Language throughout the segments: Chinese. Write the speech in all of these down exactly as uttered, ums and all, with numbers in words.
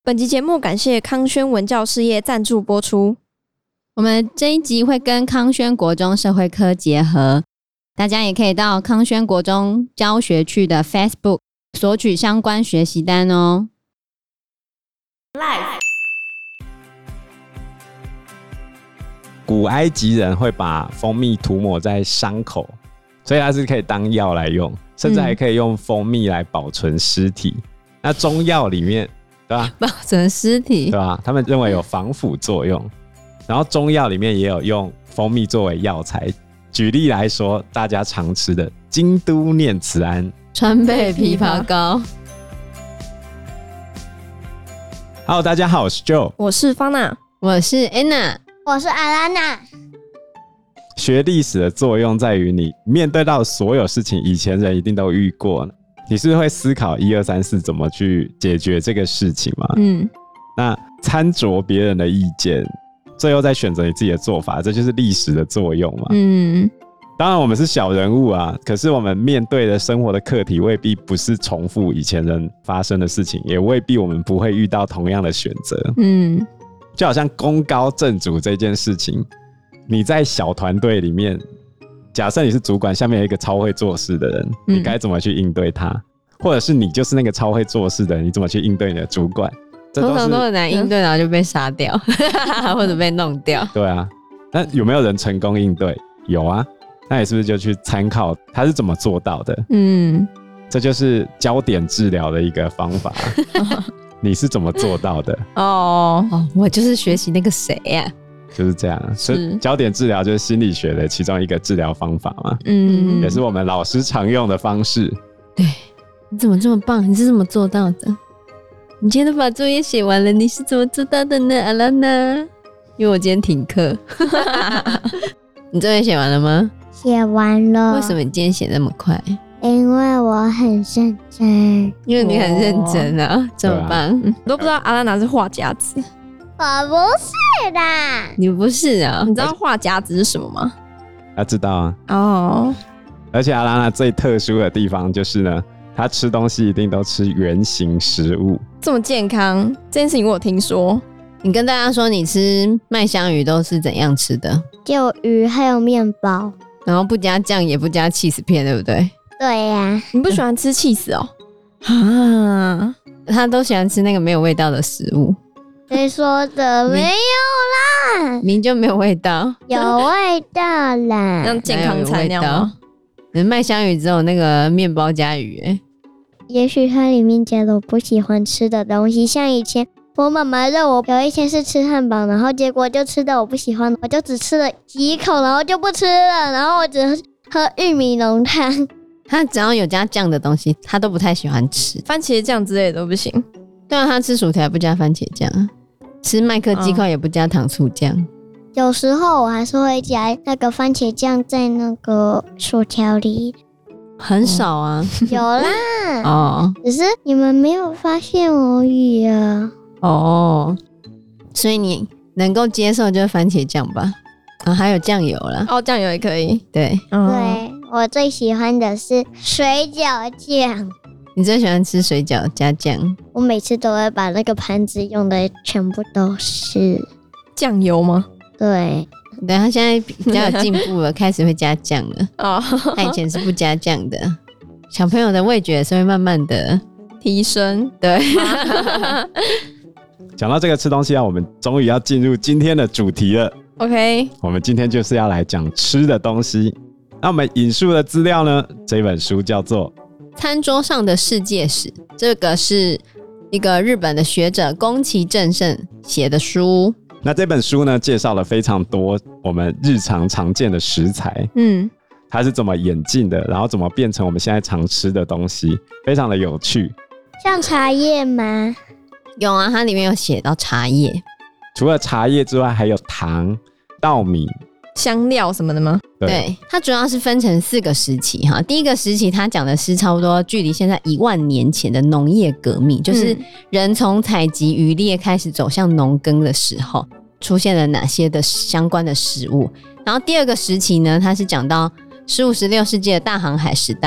本集节目感谢康轩文教事业赞助播出。 我们这一集会跟康轩国中社会科结合，大家也可以到康轩国中教学区的 Facebook 索取相关学习单哦。 Live。 古埃及人会把蜂蜜涂抹在伤口，所以它是可以当药来用，甚至还可以用蜂蜜来保存尸体。嗯、那中药里面，对吧？ 保存尸体， 对吧？他们认为有防腐作用。然后中药里面也有用蜂蜜作为药材。举例来说，大家常吃的京都念慈庵、 川贝枇杷膏。 Hello， 大家好，我是 Joe， 我是方娜， 我是 Anna， 我是阿拉娜。 学历史的作用在于你面对到所有事情，以前人一定都遇过，你是不是会思考一二三四怎么去解决这个事情嘛？嗯，那参酌别人的意见，最后再选择你自己的做法，这就是历史的作用嘛。嗯，当然我们是小人物啊，可是我们面对的生活的课题未必不是重复以前人发生的事情，也未必我们不会遇到同样的选择。嗯，就好像功高震主这件事情，你在小团队里面，假设你是主管，下面有一个超会做事的人，你该怎么去应对他？或者是你就是那个超会做事的人，你怎么去应对你的主管？ 通常都很难应对，然后就被杀掉或者被弄掉。 对啊，那有没有人成功应对？有啊，那你是不是就去参考他是怎么做到的？嗯，这就是焦点治疗的一个方法。你是怎么做到的？ 哦哦，我就是学习那个谁呀、啊， 就是这样。所以焦点治疗就是心理学的其中一个治疗方法嘛。嗯，也是我们老师常用的方式。 对，你怎么这么棒？你是怎么做到的？你今天都把作业写完了，你是怎么做到的呢，阿拉娜？因为我今天停课。你作业写完了吗？ 写完了。 为什么你今天写那么快？ 因为我很认真。 因为你很认真啊，这么棒。 啊嗯、我都不知道阿拉娜是画夹子。 我不是的。 你不是啊？ 你知道画夹子是什么吗？ 他知道啊。 哦。 而且阿拉娜最特殊的地方就是呢，他吃东西一定都吃原型食物， 这么健康，这件事情我有听说。 你跟大家说你吃麦香鱼都是怎样吃的？ 就鱼还有面包， 然后不加酱也不加起司片，对不对？ 对呀、啊。 你不喜欢吃起司哦？啊， 他都喜欢吃那个没有味道的食物。 谁说的？没有啦， 明明就没有味道。 有味道啦， 像健康餐那样吗？ 麦香鱼只有那个面包加鱼、欸， 也许它里面加了我不喜欢吃的东西，像以前我妈妈让我有一天是吃汉堡，然后结果就吃到我不喜欢的，我就只吃了几口，然后就不吃了，然后我只喝玉米浓汤。 他只要有加酱的东西，他都不太喜欢吃， 番茄酱之类的都不行。 对啊，他吃薯条也不加番茄酱，吃麦克鸡块也不加糖醋酱。哦， 有时候我还是会加那个番茄酱在那个薯条里， 很少啊。 有啦， 哦， 只是你们没有发现而已啊。 哦，所以你能够接受就是番茄酱吧？啊，还有酱油啦。 哦，酱油也可以。 对， 嗯、对我最喜欢的是水饺酱。 你最喜欢吃水饺加酱？ 我每次都会把那个盘子用的全部都是酱油吗？ 对， 对，他现在比较有进步了，开始会加酱了。哦，他以前是不加酱的。小朋友的味觉也是会慢慢的提升。 对。 讲到这个吃东西啊，我们终于要进入今天的主题了。 OK， 我们今天就是要来讲吃的东西。那我们引述的资料呢？这本书叫做 《餐桌上的世界史》，这个是一个日本的学者宫崎正胜写的书。 那这本书呢，介绍了非常多我们日常常见的食材，嗯，它是怎么演进的，然后怎么变成我们现在常吃的东西，非常的有趣。 像茶叶吗？ 有啊，它里面有写到茶叶。 除了茶叶之外，还有糖、稻米、 香料什么的吗？ 对， 对，它主要是分成四个时期哈。第一个时期，它讲的是差不多距离现在一万年前的农业革命，就是人从采集渔猎开始走向农耕的时候，出现了哪些的相关的食物。然后第二个时期呢，它是讲到十五、十六世纪的大航海时代，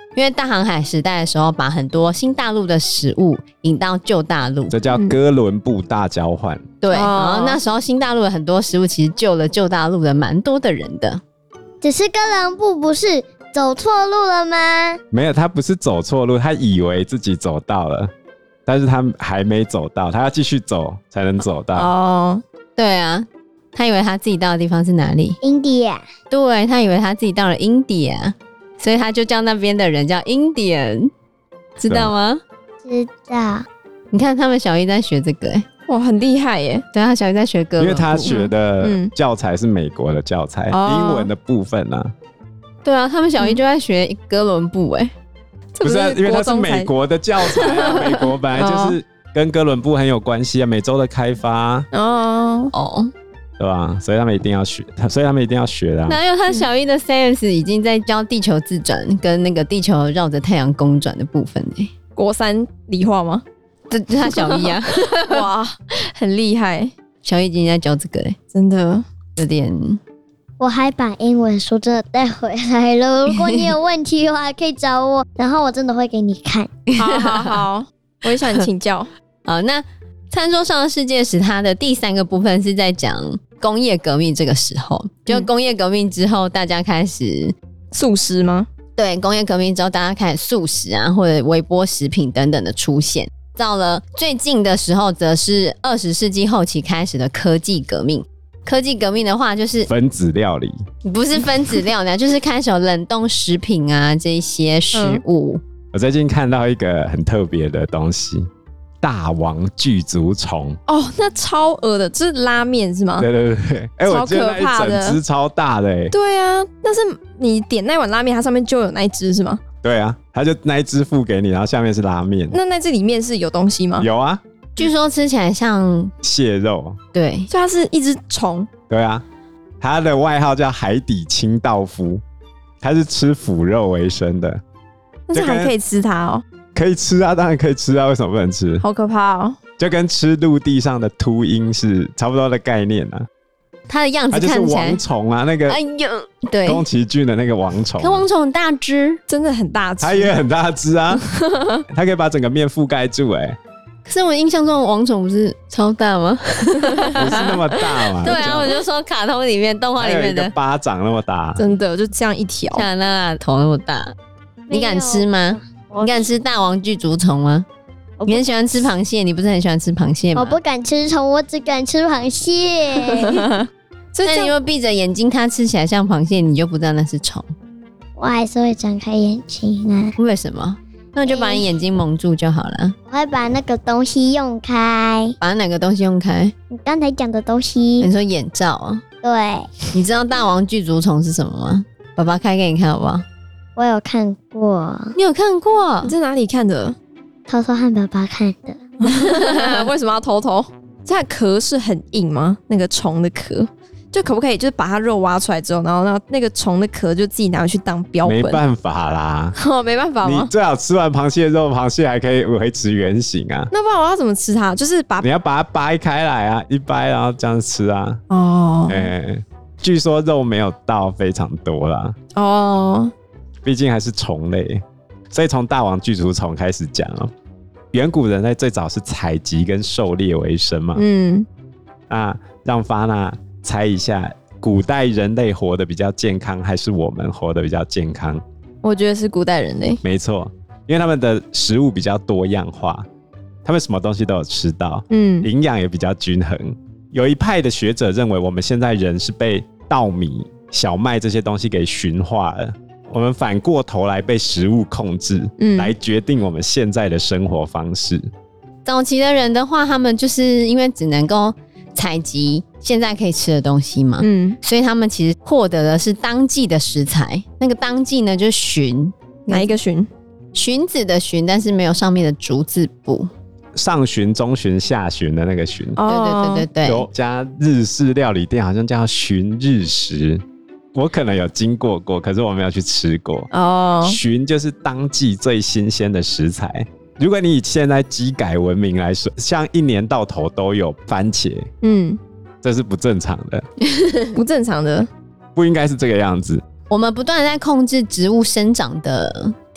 因为大航海时代的时候，把很多新大陆的食物引到旧大陆， 这叫哥伦布大交换、嗯、 对、哦、然后那时候新大陆的很多食物其实救了旧大陆的蛮多的人的。 只是哥伦布不是走错路了吗？ 没有，他不是走错路，他以为自己走到了，但是他还没走到，他要继续走才能走到。 哦，对啊，他以为他自己到的地方是哪里？ India。 对，他以为他自己到了 India， 所以他就叫那边的人叫 Indian， 知道吗？ 知道。 你看他们小一在学这个、欸、 哇，很厉害耶。 对，他小一在学哥伦布， 因为他学的教材是美国的教材、嗯、英文的部分啊。 对啊，他们小一就在学哥伦布哎、欸嗯， 不是、啊、因为他是美国的教材啊，美国本来就是跟哥伦布很有关系啊，美洲的开发哦哦，对吧？所以他们一定要学，所以他们一定要学的、啊。 哪有他小一的 science 已经在教地球自转跟那个地球绕着太阳公转的部分呢、欸？ 国三理化吗？ 这这他小一啊， 哇，很厉害， 小一已经在教这个哎、欸， 真的有点。 我还把英文书真的带回来了，如果你有问题的话可以找我，然后我真的会给你看。 好好好，我也想请教。 好，那餐桌上的世界史它的第三个部分是在讲工业革命这个时候，就工业革命之后大家开始素食吗？ 对，工业革命之后大家开始素食啊或者微波食品等等的出现。到了最近的时候则是二十世纪后期开始的科技革命。科技革命的话就是分子料理， 不是分子料理就是开始有冷冻食品啊这一些食物、嗯、 我最近看到一个很特别的东西，大王巨足虫。 哦，那超恶的，这是拉面是吗？ 对对对，哎、欸，我觉得那一整只超大的哎、欸。 对啊，但是你点那碗拉面它上面就有那一只是吗？ 对啊，它就那一只付给你，然后下面是拉面。 那那只里面是有东西吗？ 有啊， 据说吃起来像蟹肉。 对， 所以它是一只虫。 对啊，它的外号叫海底清道夫，它是吃腐肉为生的。 但是还可以吃它哦？ 可以吃啊，当然可以吃啊，为什么不能吃？ 好可怕哦！ 就跟吃陆地上的秃鹰是差不多的概念啊。 它的样子看起来， 它就是王虫啊，那个哎呦，对， 宫崎骏的那个王虫。 可王虫很大只， 真的很大只， 它也很大只啊，它可以把整个面覆盖住哎、欸。 可是我印象中的王虫不是超大吗？ 不是那么大嘛。 对啊，我就说卡通里面、动画里面的巴掌那么大， 真的就这样一条， 像那头那么大，你敢吃吗？你敢吃大王巨足虫吗？你很喜欢吃螃蟹，你不是很喜欢吃螃蟹吗？ 我不敢吃虫，我只敢吃螃蟹。 所以那你又闭着眼睛，它吃起来像螃蟹，你就不知道那是虫。 我还是会张开眼睛啊。 为什么？那我就把你眼睛蒙住就好了。 我会把那个东西用开。 把哪个东西用开？ 你刚才讲的东西。 你说眼罩啊？ 对。 你知道大王巨足虫是什么吗？爸爸开给你看好不好？ 我有看过。 你有看过？ 你在哪里看的？ 偷偷和爸爸看的。 为什么要偷偷？它的壳是很硬吗？那个虫的壳？就可不可以就是把它肉挖出来之后，然后那那个虫的壳就自己拿回去当标本？ 没办法啦， 哦，没办法吗？ 你最好吃完螃蟹肉，螃蟹还可以维持原形啊。 那不然我要怎么吃它？就是把你要把它掰开来啊，一掰然后这样吃啊。 哦， 哎、欸，据说肉没有到非常多啦。 哦， 毕竟还是虫类，所以从大王巨足虫开始讲哦。远古人类最早是采集跟狩猎为生嘛。嗯，那让发那猜一下，古代人类活得比较健康，还是我们活得比较健康？ 我觉得是古代人类。 没错，因为他们的食物比较多样化，他们什么东西都有吃到，嗯，营养也比较均衡。有一派的学者认为，我们现在人是被稻米、小麦这些东西给驯化了，我们反过头来被食物控制，嗯，来决定我们现在的生活方式。 早期的人的话，他们就是因为只能够采集现在可以吃的东西嘛，嗯，所以他们其实获得的是当季的食材。那个当季呢，就是荀， 哪一个荀？ 荀子的荀，但是没有上面的竹字部。 上旬、中旬、下旬的那个旬， 哦、对对对对对， 有家日式料理店好像叫旬日食，我可能有经过过，可是我没有去吃过。哦，旬就是当季最新鲜的食材。如果你以现在基改文明来说，像一年到头都有番茄，嗯，这是不正常的， 不正常的， 不应该是这个样子。 我们不断的在控制植物生长的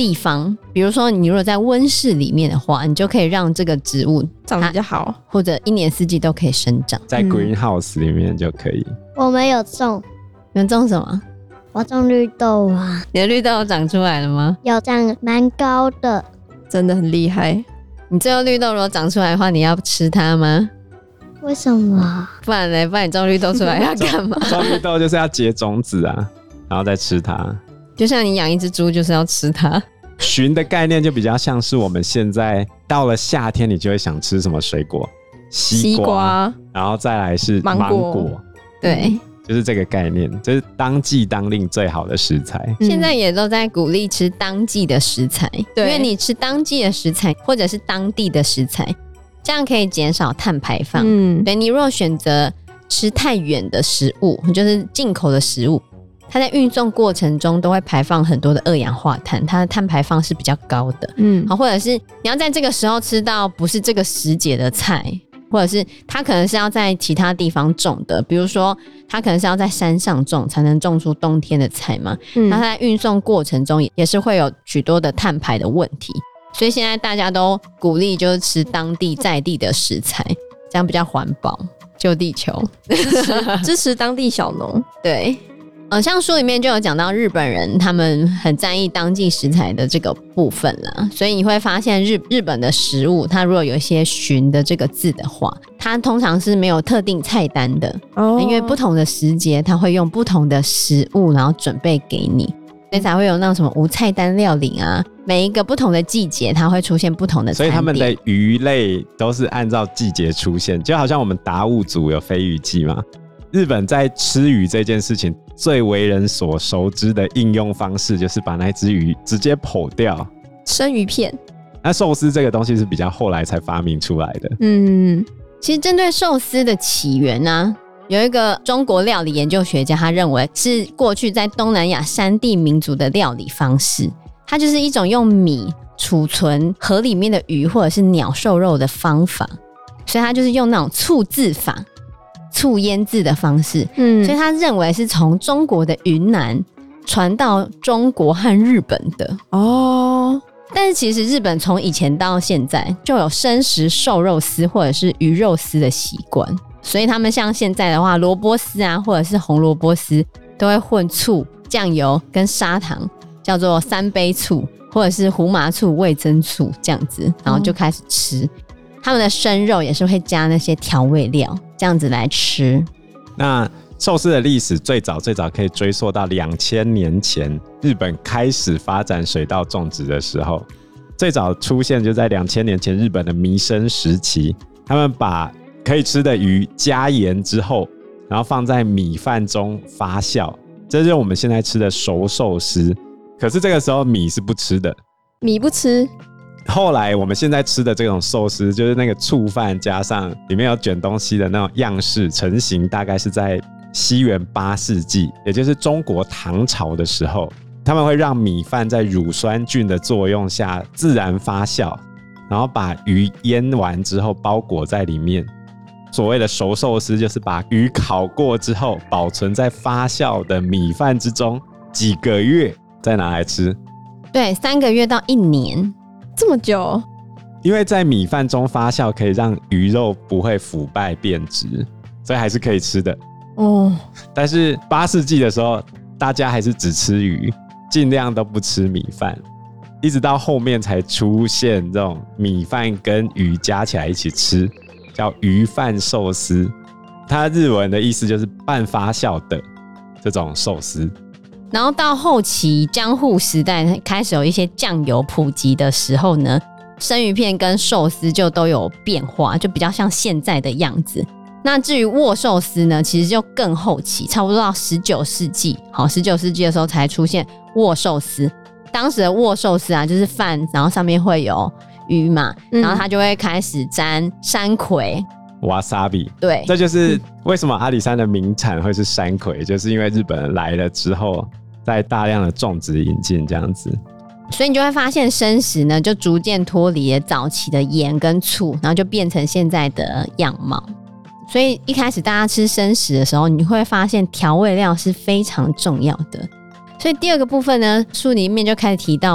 地方，比如说你如果在温室里面的话，你就可以让这个植物长得比较好， 或者一年四季都可以生长。 在 greenhouse 里面就可以。 我们有种， 你们种什么？ 我种绿豆啊。 你的绿豆长出来了吗？ 有长蛮高的， 真的很厉害。 你最后绿豆如果长出来的话，你要吃它吗？ 为什么？ 不然呢？不然你种绿豆出来要干嘛？ 种绿豆就是要结种子啊，然后再吃它。 就像你养一只猪，就是要吃它。 鲟的概念就比较像是我们现在到了夏天，你就会想吃什么水果？西瓜， 西瓜然后再来是芒果， 芒果对， 就是这个概念，就是当季当令最好的食材。 嗯现在也都在鼓励吃当季的食材， 对因为你吃当季的食材或者是当地的食材，这样可以减少碳排放。 嗯， 对，你如果选择吃太远的食物，就是进口的食物，它在运送过程中都会排放很多的二氧化碳，它的碳排放是比较高的。 嗯， 好，或者是你要在这个时候吃到不是这个时节的菜，或者是它可能是要在其他地方种的，比如说它可能是要在山上种才能种出冬天的菜嘛， 嗯那它在运送过程中也是会有许多的碳排的问题，所以现在大家都鼓励就是吃当地在地的食材，这样比较环保，救地球。 支持当地小农。 对，呃，像书里面就有讲到日本人他们很在意当季食材的这个部分啦，所以你会发现日日本的食物，它如果有一些鲟的这个字的话，它通常是没有特定菜单的， 哦因为不同的时节，它会用不同的食物，然后准备给你，所以才会有那种什么无菜单料理啊。每一个不同的季节，它会出现不同的餐点， 所以他们的鱼类都是按照季节出现，就好像我们达悟族有飞鱼季嘛。日本在吃鱼这件事情最为人所熟知的应用方式，就是把那只鱼直接剖掉， 生鱼片。 那寿司这个东西是比较后来才发明出来的。 嗯， 其实针对寿司的起源啊，有一个中国料理研究学家，他认为是过去在东南亚山地民族的料理方式，它就是一种用米储存河里面的鱼或者是鸟兽肉的方法，所以他就是用那种醋渍法、醋腌制的方式， 嗯所以他认为是从中国的云南传到中国和日本的。 哦， 但是其实日本从以前到现在就有生食瘦肉丝或者是鱼肉丝的习惯，所以他们像现在的话，萝卜丝啊或者是红萝卜丝都会混醋、酱油跟砂糖，叫做三杯醋，或者是胡麻醋、味噌醋这样子，然后就开始吃。他们的生肉也是会加那些调味料，这样子来吃。 那寿司的历史最早最早可以追溯到两千年前，日本开始发展水稻种植的时候，最早出现就在两千年前日本的弥生时期，他们把可以吃的鱼加盐之后，然后放在米饭中发酵，这就是我们现在吃的熟寿司。可是这个时候米是不吃的， 米不吃。 后来我们现在吃的这种寿司，就是那个醋饭加上里面有卷东西的那种样式成型，大概是在西元八世纪，也就是中国唐朝的时候，他们会让米饭在乳酸菌的作用下自然发酵，然后把鱼腌完之后包裹在里面。所谓的熟寿司就是把鱼烤过之后保存在发酵的米饭之中几个月再拿来吃。 对，三个月到一年。 这么久？ 因为在米饭中发酵可以让鱼肉不会腐败变质，所以还是可以吃的。 哦， 但是八世纪的时候，大家还是只吃鱼，尽量都不吃米饭，一直到后面才出现这种米饭跟鱼加起来一起吃，叫鱼饭寿司。它日文的意思就是半发酵的这种寿司。 然后到后期江户时代开始有一些酱油普及的时候呢，生鱼片跟寿司就都有变化，就比较像现在的样子。那至于握寿司呢，其实就更后期，差不多到十九世纪，好，十九世纪的时候才出现握寿司。当时的握寿司啊，就是饭，然后上面会有鱼嘛，然后它就会开始沾山葵。 wasabi， 对， 这就是为什么阿里山的名产会是山葵，就是因为日本人来了之后，在大量的种植引进这样子。 所以你就会发现生食呢，就逐渐脱离了早期的盐跟醋，然后就变成现在的样貌。所以一开始大家吃生食的时候，你会发现调味料是非常重要的。所以第二个部分呢，书里面就开始提到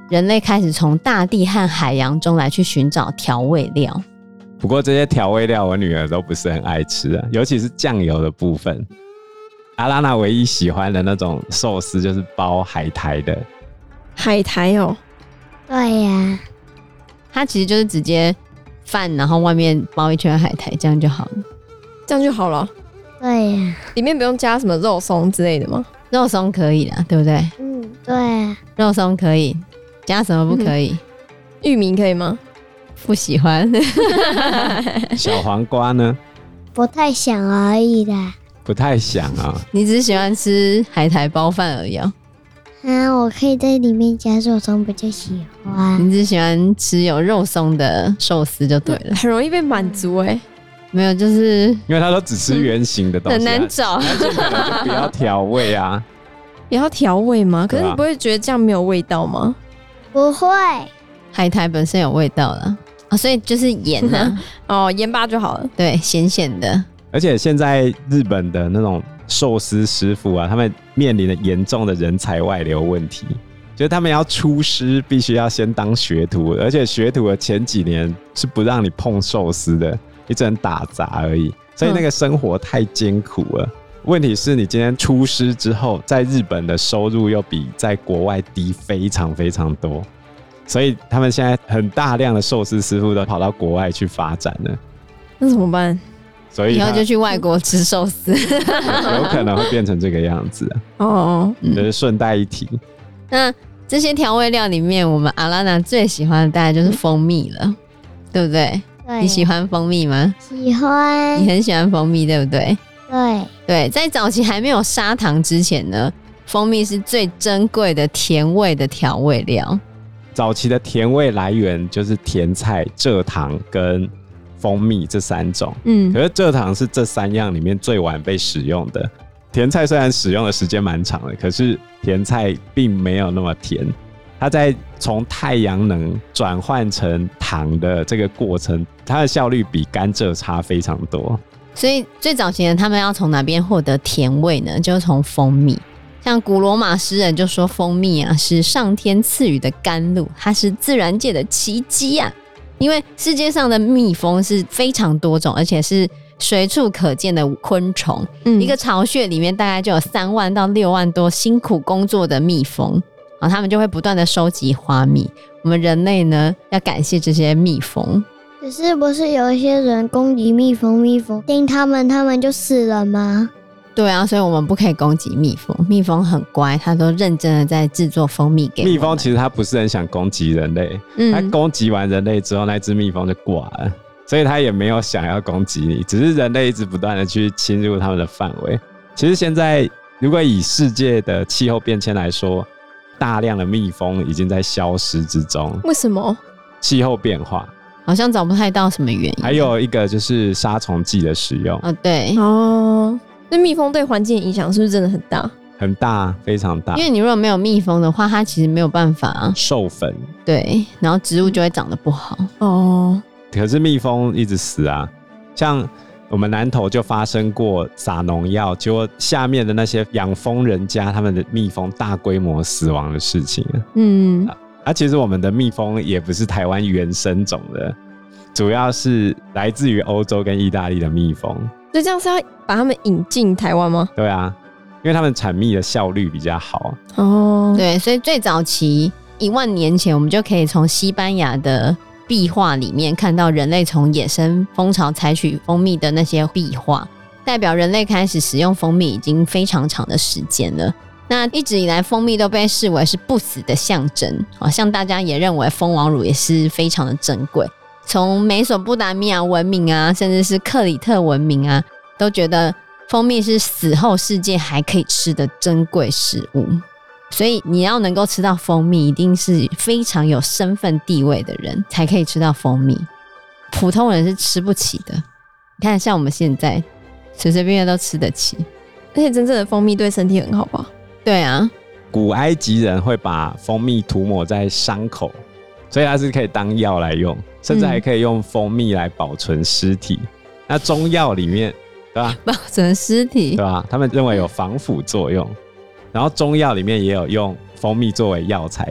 人类开始从大地和海洋中来去寻找调味料。 不过这些调味料我女儿都不是很爱吃啊，尤其是酱油的部分。阿拉娜唯一喜欢的那种寿司就是包海苔的。 海苔哦？ 对呀、啊， 它其实就是直接饭，然后外面包一圈海苔，这样就好了。 这样就好了。 对呀、啊， 里面不用加什么肉松之类的吗？ 肉松可以啦，对不对？ 嗯，对啊， 肉松可以，加什么不可以？ 嗯、玉米可以吗？ 不喜欢。 小黄瓜呢？ 不太想而已啦。 不太想啊。 你只是喜欢吃海苔包饭而已啊？ 啊，我可以在里面加肉松，比较喜欢。 你只喜欢吃有肉松的寿司就对了， 很容易被满足哎、欸。 没有，就是因为他都只吃圆形的东西、啊， 很难找。 而且可能就不要调味啊。 也要调味吗？可是你不会觉得这样没有味道吗？ 不会， 海苔本身有味道了啊、哦，所以就是盐啊， 哦，盐巴就好了。 对，咸咸的。 而且现在日本的那种寿司师傅啊，他们面临了严重的人才外流问题，就是他们要出师，必须要先当学徒，而且学徒的前几年是不让你碰寿司的，你只能打杂而已，所以那个生活太艰苦了。嗯、问题是你今天出师之后，在日本的收入又比在国外低非常非常多，所以他们现在很大量的寿司师傅都跑到国外去发展了。 那怎么办？ 所以以后就去外国吃寿司， 有可能会变成这个样子。 哦， 这是顺带一提。 那这些調味料里面，我们阿拉娜最喜欢的大概就是蜂蜜了，对不对？ 对， 你喜欢蜂蜜吗？ 喜欢。 你很喜欢蜂蜜，对不对？ 对对，在早期还没有砂糖之前呢，蜂蜜是最珍贵的甜味的调味料。 早期的甜味来源就是甜菜、蔗糖跟蜂蜜这三种，嗯，可是蔗糖是这三样里面最晚被使用的。甜菜虽然使用的时间蛮长的，可是甜菜并没有那么甜。它在从太阳能转换成糖的这个过程，它的效率比甘蔗差非常多。 所以最早期人他们要从哪边获得甜味呢？就是从蜂蜜。像古罗马诗人就说，蜂蜜啊是上天赐予的甘露，它是自然界的奇迹啊。因为世界上的蜜蜂是非常多种，而且是随处可见的昆虫、嗯、一个巢穴里面大概就有三万到六万多辛苦工作的蜜蜂，然后他们就会不断的收集花蜜。我们人类呢要感谢这些蜜蜂。 可是不是有一些人攻击蜜蜂，蜜蜂叮他们，他们就死了吗？ 对啊，所以我们不可以攻击蜜蜂。蜜蜂很乖，它都认真的在制作蜂蜜给我们。 蜜蜂其实它不是很想攻击人类，嗯、它攻击完人类之后，那只蜜蜂就挂了，所以它也没有想要攻击你，只是人类一直不断的去侵入他们的范围。其实现在如果以世界的气候变迁来说，大量的蜜蜂已经在消失之中。 为什么？ 气候变化。 好像找不太到什么原因。 还有一个就是杀虫剂的使用。 哦，对哦。那蜜蜂对环境的影响是不是真的很大？ 很大，非常大。 因为你如果没有蜜蜂的话，它其实没有办法授粉， 对，然后植物就会长得不好。 哦， 可是蜜蜂一直死啊，像我们南投就发生过撒农药，结果下面的那些养蜂人家，他们的蜜蜂大规模死亡的事情。嗯，啊，啊其实我们的蜜蜂也不是台湾原生种的，主要是来自于欧洲跟意大利的蜜蜂。 所以这样是要把他们引进台湾吗？ 对啊，因为他们产蜜的效率比较好。 哦，对，所以最早期一万年前，我们就可以从西班牙的壁画里面看到人类从野生蜂巢采取蜂蜜的那些壁画，代表人类开始使用蜂蜜已经非常长的时间了。那一直以来，蜂蜜都被视为是不死的象征，好像大家也认为蜂王乳也是非常的珍贵。从美索不达米亚文明啊，甚至是克里特文明啊，都觉得蜂蜜是死后世界还可以吃的珍贵食物。所以你要能够吃到蜂蜜，一定是非常有身份地位的人才可以吃到蜂蜜，普通人是吃不起的。你看像我们现在随随便便都吃得起， 而且真正的蜂蜜对身体很好吧？ 对啊， 古埃及人会把蜂蜜涂抹在伤口，所以它是可以当药来用，甚至还可以用蜂蜜来保存尸体。嗯、那中药里面，对吧？ 保存尸体， 对吧？他们认为有防腐作用。然后中药里面也有用蜂蜜作为药材，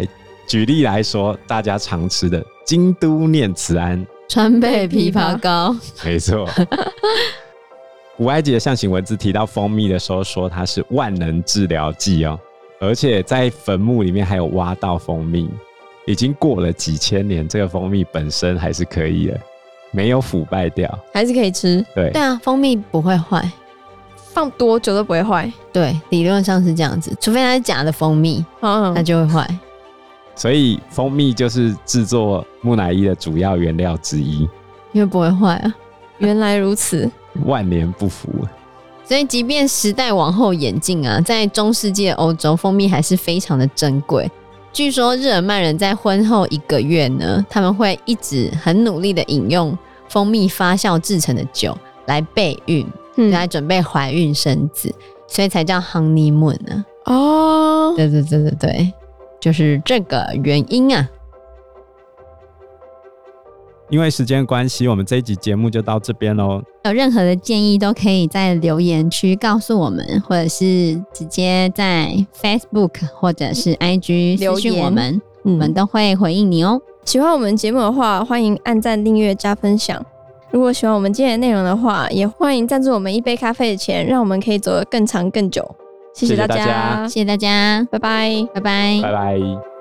举例来说，大家常吃的京都念慈庵川贝枇杷膏， 没错。古埃及的象形文字提到蜂蜜的时候，说它是万能治疗剂哦，而且在坟墓里面还有挖到蜂蜜，已经过了几千年，这个蜂蜜本身还是可以的，没有腐败掉， 还是可以吃。 对对啊，蜂蜜不会坏， 放多久都不会坏。 对，理论上是这样子，除非它是假的蜂蜜， 嗯， 它就会坏。 所以蜂蜜就是制作木乃伊的主要原料之一， 因为不会坏啊。 原来如此， 万年不腐。 所以即便时代往后演进啊，在中世纪的欧洲，蜂蜜还是非常的珍贵。据说日耳曼人在婚后一个月呢，他们会一直很努力的饮用蜂蜜发酵制成的酒来备孕， 嗯来准备怀孕生子，所以才叫 honeymoon 呢、啊。 哦， 对对对对对，就是这个原因啊。 因为时间关系，我们这一集节目就到这边咯。 有任何的建议都可以在留言区告诉我们，或者是直接在 Facebook 或者是 I G 私讯我们，我们都会回应你哦。 喜欢我们节目的话，欢迎按赞、订阅、加分享。如果喜欢我们今天的内容的话，也欢迎赞助我们一杯咖啡的钱，让我们可以走得更长更久。谢谢大家， 谢谢大家， 拜拜， 拜拜， 拜拜。